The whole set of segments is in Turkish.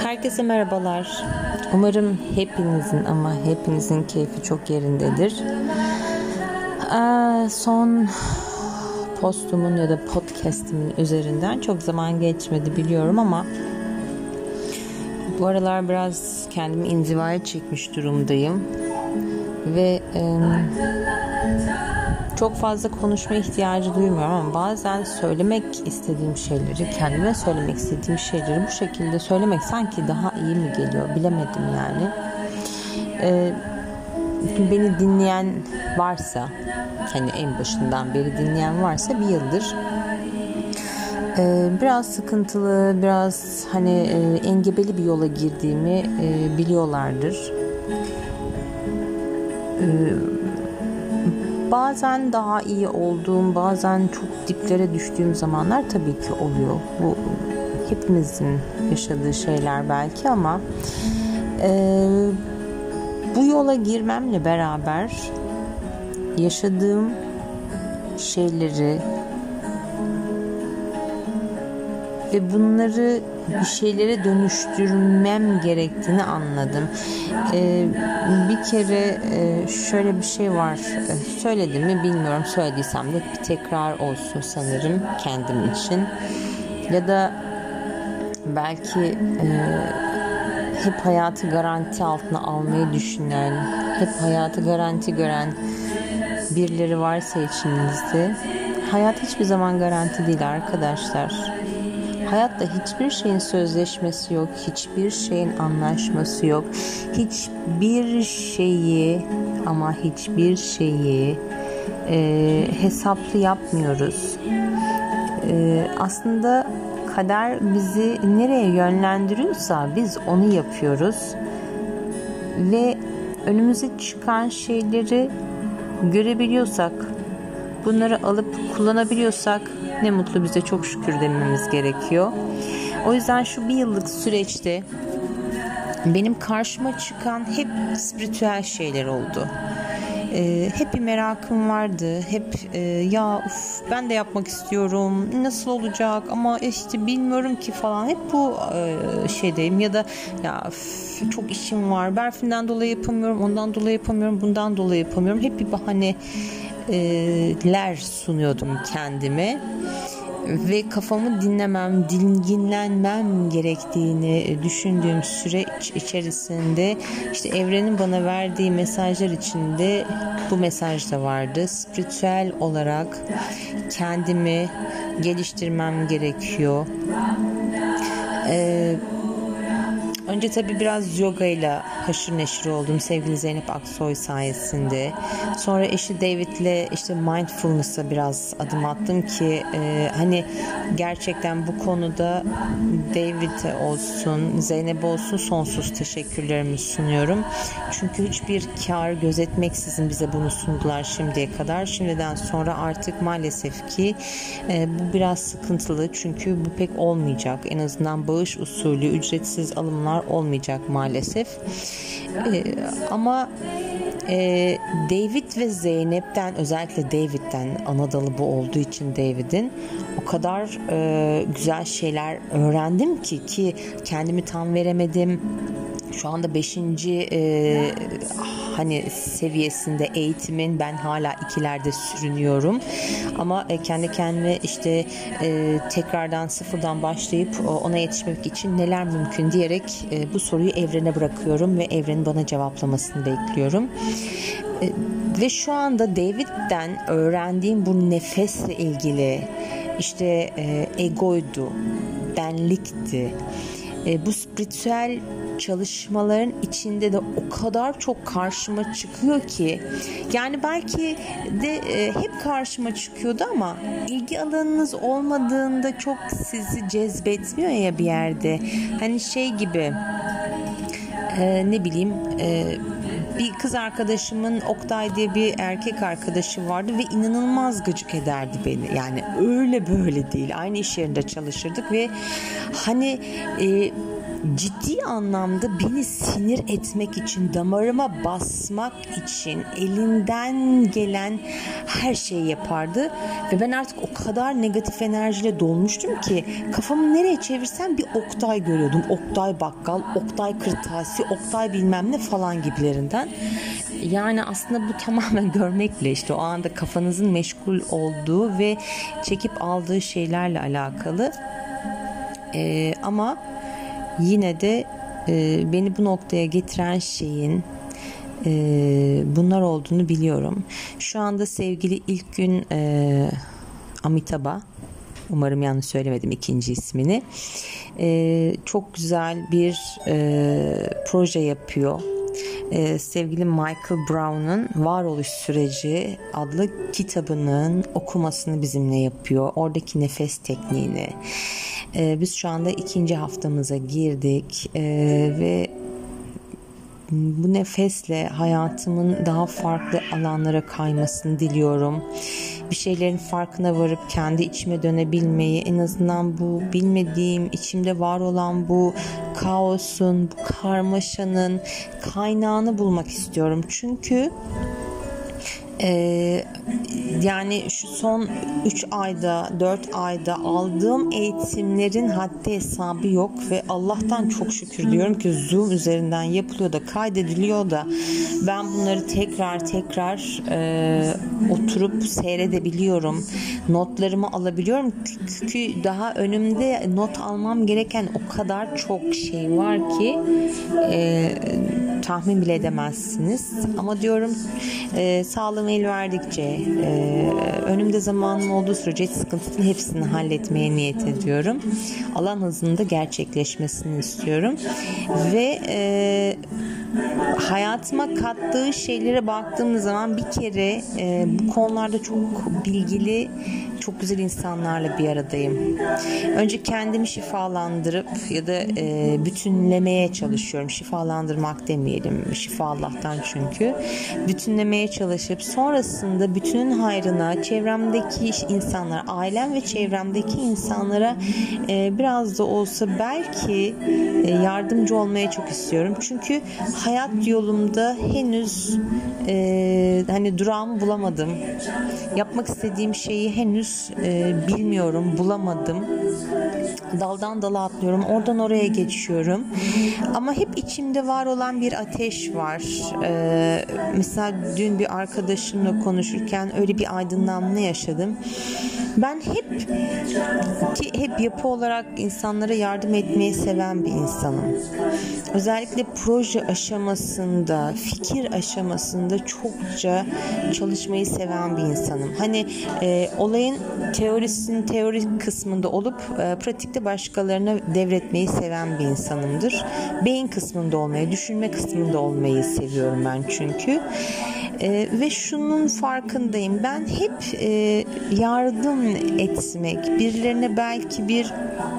Herkese merhabalar. Umarım hepinizin keyfi çok yerindedir. Son postumun ya da podcastimin üzerinden çok zaman geçmedi biliyorum ama bu aralar biraz kendimi inzivaya çekmiş durumdayım ve çok fazla konuşma ihtiyacı duymuyorum ama bazen söylemek istediğim şeyleri, kendime söylemek istediğim şeyleri bu şekilde söylemek sanki daha iyi mi geliyor bilemedim yani. Beni dinleyen varsa, hani en başından beri dinleyen varsa bir yıldır biraz sıkıntılı, biraz engebeli bir yola girdiğimi biliyorlardır. Bazen daha iyi olduğum, bazen çok diplere düştüğüm zamanlar tabii ki oluyor. Bu hepimizin yaşadığı şeyler belki ama bu yola girmemle beraber yaşadığım şeyleri ve bunları bir şeylere dönüştürmem gerektiğini anladım. Bir kere şöyle bir şey var. Söyledim mi bilmiyorum. Söylediysem de bir tekrar olsun sanırım kendim için. Ya da belki hep hayatı garanti altına almayı düşünen, hep hayatı garanti gören birileri varsa içinizde, hayat hiçbir zaman garanti değil arkadaşlar. Hayatta hiçbir şeyin sözleşmesi yok, hiçbir şeyin anlaşması yok, hiçbir şeyi hesaplı yapmıyoruz. Aslında kader bizi nereye yönlendiriyorsa biz onu yapıyoruz ve önümüze çıkan şeyleri görebiliyorsak, bunları alıp kullanabiliyorsak ne mutlu bize, çok şükür dememiz gerekiyor. O yüzden şu bir yıllık süreçte benim karşıma çıkan hep spiritüel şeyler oldu. Hep bir merakım vardı. Hep ben de yapmak istiyorum. Nasıl olacak ama işte bilmiyorum ki falan. Hep bu şeydeyim ya da çok işim var. Berfin'den dolayı yapamıyorum. Ondan dolayı yapamıyorum. Bundan dolayı yapamıyorum. Hep bir bahaneler sunuyordum kendime. Ve kafamı dinlenmem gerektiğini düşündüğüm süreç içerisinde işte evrenin bana verdiği mesajlar içinde bu mesaj da vardı. Spiritüel olarak kendimi geliştirmem gerekiyor. Önce tabii biraz yoga ile haşır neşir oldum sevgili Zeynep Aksoy sayesinde. Sonra eşi David'le işte mindfulness'a biraz adım attım ki gerçekten bu konuda David olsun, Zeynep olsun sonsuz teşekkürlerimi sunuyorum. Çünkü hiçbir kar gözetmeksizin bize bunu sundular şimdiye kadar. Şimdiden sonra artık maalesef ki bu biraz sıkıntılı çünkü bu pek olmayacak. En azından bağış usulü ücretsiz alımlar olmayacak maalesef. Ama David ve Zeynep'ten, özellikle David'den, Anadolu bu olduğu için David'in o kadar güzel şeyler öğrendim ki kendimi tam veremedim. Şu anda 5. seviyesinde eğitimin, ben hala 2'lerde sürünüyorum ama kendi kendime işte tekrardan sıfırdan başlayıp ona yetişmek için neler mümkün diyerek bu soruyu evrene bırakıyorum ve evrenin bana cevaplamasını bekliyorum. Ve şu anda David'den öğrendiğim bu nefesle ilgili işte egoydu, benlikti. Bu spiritüel çalışmaların içinde de o kadar çok karşıma çıkıyor ki, yani belki de hep karşıma çıkıyordu ama ilgi alanınız olmadığında çok sizi cezbetmiyor ya bir yerde. Hani şey gibi bir kız arkadaşımın, Oktay diye bir erkek arkadaşı vardı ve inanılmaz gıcık ederdi beni. Yani öyle böyle değil. Aynı iş yerinde çalışırdık ve ciddi anlamda beni sinir etmek için, damarıma basmak için elinden gelen her şeyi yapardı. Ve ben artık o kadar negatif enerjiyle dolmuştum ki kafamı nereye çevirsem bir Oktay görüyordum. Oktay bakkal, Oktay kırtasiye, Oktay bilmem ne falan gibilerinden. Yani aslında bu tamamen görmekle, işte o anda kafanızın meşgul olduğu ve çekip aldığı şeylerle alakalı. Ama yine de beni bu noktaya getiren şeyin bunlar olduğunu biliyorum. Şu anda sevgili ilk gün Amitabha, umarım yanlış söylemedim ikinci ismini, çok güzel bir proje yapıyor. Sevgili Michael Brown'un Varoluş Süreci adlı kitabının okumasını bizimle yapıyor. Oradaki nefes tekniğini. Biz şu anda 2. haftamıza girdik ve bu nefesle hayatımın daha farklı alanlara kaymasını diliyorum. Bir şeylerin farkına varıp kendi içime dönebilmeyi, en azından bu bilmediğim, içimde var olan bu kaosun, bu karmaşanın kaynağını bulmak istiyorum. Çünkü yani şu son 3 ayda 4 ayda aldığım eğitimlerin haddi hesabı yok ve Allah'tan çok şükür diyorum ki Zoom üzerinden yapılıyor da kaydediliyor da ben bunları tekrar oturup seyredebiliyorum, notlarımı alabiliyorum çünkü daha önümde not almam gereken o kadar çok şey var ki tahmin bile edemezsiniz. Ama diyorum sağlığım el verdikçe, önümde zamanım olduğu sürece sıkıntının hepsini halletmeye niyet ediyorum. Alan hızında gerçekleşmesini istiyorum. Ve hayatıma kattığı şeylere baktığım zaman bir kere bu konularda çok bilgili, çok güzel insanlarla bir aradayım. Önce kendimi şifalandırıp ya da bütünlemeye çalışıyorum. Şifalandırmak demeyelim. Şifa Allah'tan çünkü. Bütünlemeye çalışıp sonrasında bütünün hayrına çevremdeki insanlar, ailem ve çevremdeki insanlara biraz da olsa belki yardımcı olmaya çok istiyorum. Çünkü hayat yolumda henüz hani durağımı bulamadım. Yapmak istediğim şeyi henüz bilmiyorum, bulamadım. Daldan dala atlıyorum, oradan oraya geçiyorum. Ama hep içimde var olan bir ateş var. Mesela dün bir arkadaşımla konuşurken öyle bir aydınlanma yaşadım. Ben hep yapı olarak insanlara yardım etmeyi seven bir insanım. Özellikle proje aşamasında, fikir aşamasında çokça çalışmayı seven bir insanım. Hani olayın teori kısmında olup pratikte başkalarına devretmeyi seven bir insanımdır. Beyin kısmında olmayı, düşünme kısmında olmayı seviyorum ben çünkü. Ve şunun farkındayım. Ben hep yardım etmek, birilerine belki bir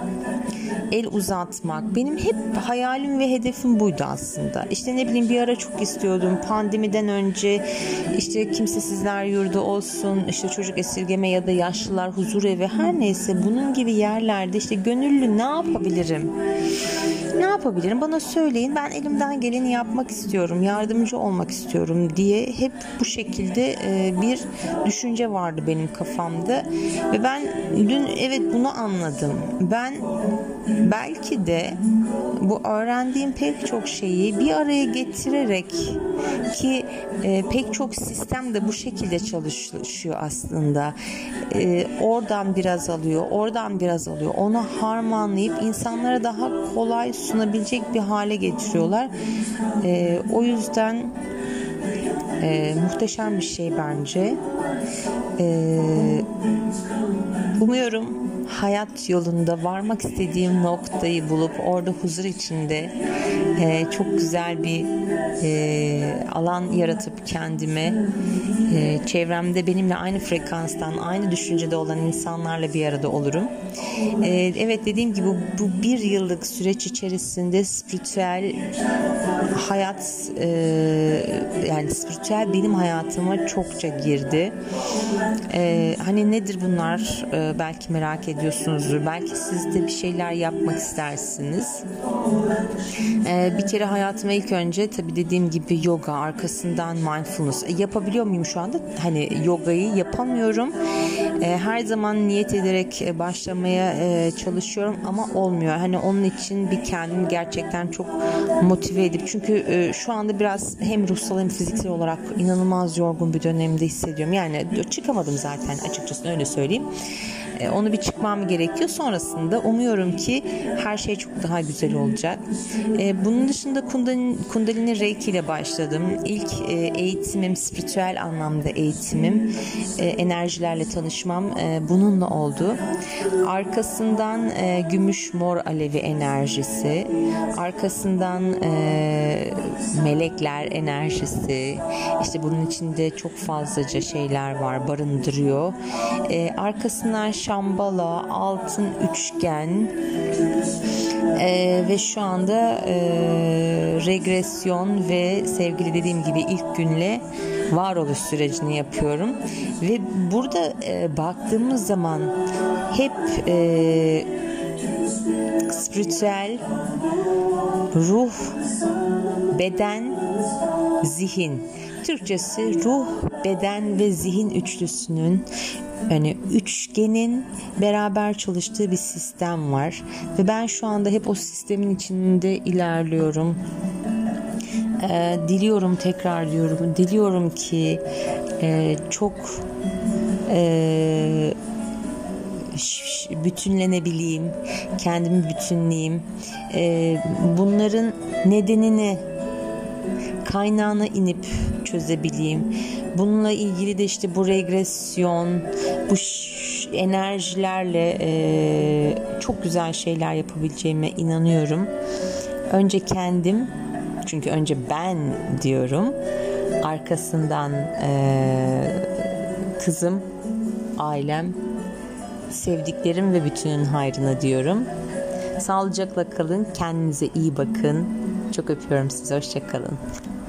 el uzatmak. Benim hep hayalim ve hedefim buydu aslında. İşte ne bileyim bir ara çok istiyordum. Pandemiden önce işte kimsesizler yurdu olsun, işte çocuk esirgeme ya da yaşlılar huzur evi, her neyse bunun gibi yerlerde işte gönüllü ne yapabilirim? Ne yapabilirim? Bana söyleyin. Ben elimden geleni yapmak istiyorum. Yardımcı olmak istiyorum diye hep bu şekilde bir düşünce vardı benim kafamda. Ve ben dün evet bunu anladım. Ben belki de bu öğrendiğim pek çok şeyi bir araya getirerek ki pek çok sistem de bu şekilde çalışıyor aslında. Oradan biraz alıyor, oradan biraz alıyor. Onu harmanlayıp insanlara daha kolay sunabilecek bir hale getiriyorlar. O yüzden muhteşem bir şey bence. Umuyorum hayat yolunda varmak istediğim noktayı bulup orada huzur içinde çok güzel bir alan yaratıp kendime, çevremde benimle aynı frekanstan, aynı düşüncede olan insanlarla bir arada olurum. Evet, dediğim gibi bu bir yıllık süreç içerisinde spiritüel hayat, yani spiritüel benim hayatıma çokça girdi. Hani nedir bunlar? Belki merak ediyorsunuz. yapıyorsunuzdur. Belki siz de bir şeyler yapmak istersiniz. Bir kere hayatıma ilk önce tabii dediğim gibi yoga, arkasından mindfulness. Yapabiliyor muyum şu anda? Hani yogayı yapamıyorum. Her zaman niyet ederek başlamaya çalışıyorum ama olmuyor. Hani onun için bir kendimi gerçekten çok motive edip, çünkü şu anda biraz hem ruhsal hem fiziksel olarak inanılmaz yorgun bir dönemde hissediyorum. Yani çıkamadım zaten, açıkçası öyle söyleyeyim. Onu bir çıkmam gerekiyor. Sonrasında umuyorum ki her şey çok daha güzel olacak. Bunun dışında Kundalini Reiki ile başladım. İlk eğitimim, spiritüel anlamda eğitimim, enerjilerle tanışmam bununla oldu. Arkasından gümüş mor alevi enerjisi, arkasından melekler enerjisi, işte bunun içinde çok fazlaca şeyler var, barındırıyor. Arkasından Şambala, altın üçgen ve şu anda regresyon ve sevgili dediğim gibi ilk günle varoluş sürecini yapıyorum. Ve burada baktığımız zaman hep spiritüel, ruh, beden, zihin. Türkçesi ruh, beden ve zihin üçlüsünün, yani üçgenin beraber çalıştığı bir sistem var. Ve ben şu anda hep o sistemin içinde ilerliyorum. Diliyorum, tekrar diyorum, diliyorum ki çok bütünlenebileyim, kendimi bütünleyeyim. Bunların nedenini, kaynağına inip çözebileyim. Bununla ilgili de işte bu regresyon, bu enerjilerle çok güzel şeyler yapabileceğime inanıyorum. Önce kendim, çünkü önce ben diyorum. Arkasından kızım, ailem, sevdiklerim ve bütünün hayrına diyorum. Sağlıcakla kalın, kendinize iyi bakın. Çok öpüyorum sizi, hoşça kalın.